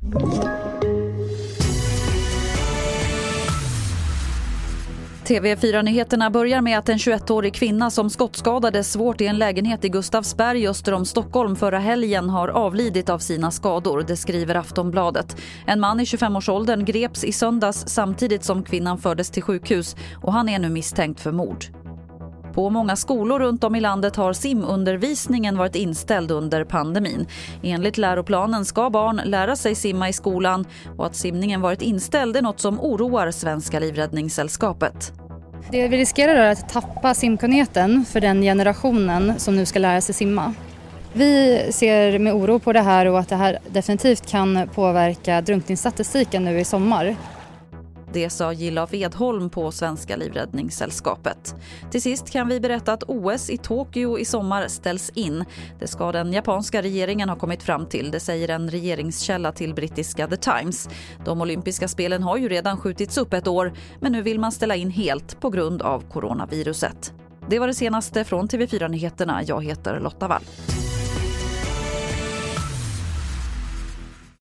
TV4-nyheterna börjar med att en 21-årig kvinna som skottskadades svårt i en lägenhet i Gustavsberg öster om Stockholm förra helgen har avlidit av sina skador, det skriver Aftonbladet. En man i 25-årsåldern greps i söndags samtidigt som kvinnan fördes till sjukhus och han är nu misstänkt för mord. På många skolor runt om i landet har simundervisningen varit inställd under pandemin. Enligt läroplanen ska barn lära sig simma i skolan och att simningen varit inställd är något som oroar Svenska Livräddningssällskapet. Det vi riskerar är att tappa simkunnigheten för den generationen som nu ska lära sig simma. Vi ser med oro på det här och att det här definitivt kan påverka drunkningsstatistiken nu i sommar. Det sa Gilla Vedholm på Svenska Livräddningssällskapet. Till sist kan vi berätta att OS i Tokyo i sommar ställs in. Det ska den japanska regeringen ha kommit fram till, det säger en regeringskälla till brittiska The Times. De olympiska spelen har ju redan skjutits upp ett år, men nu vill man ställa in helt på grund av coronaviruset. Det var det senaste från TV4-nyheterna. Jag heter Lotta Wall.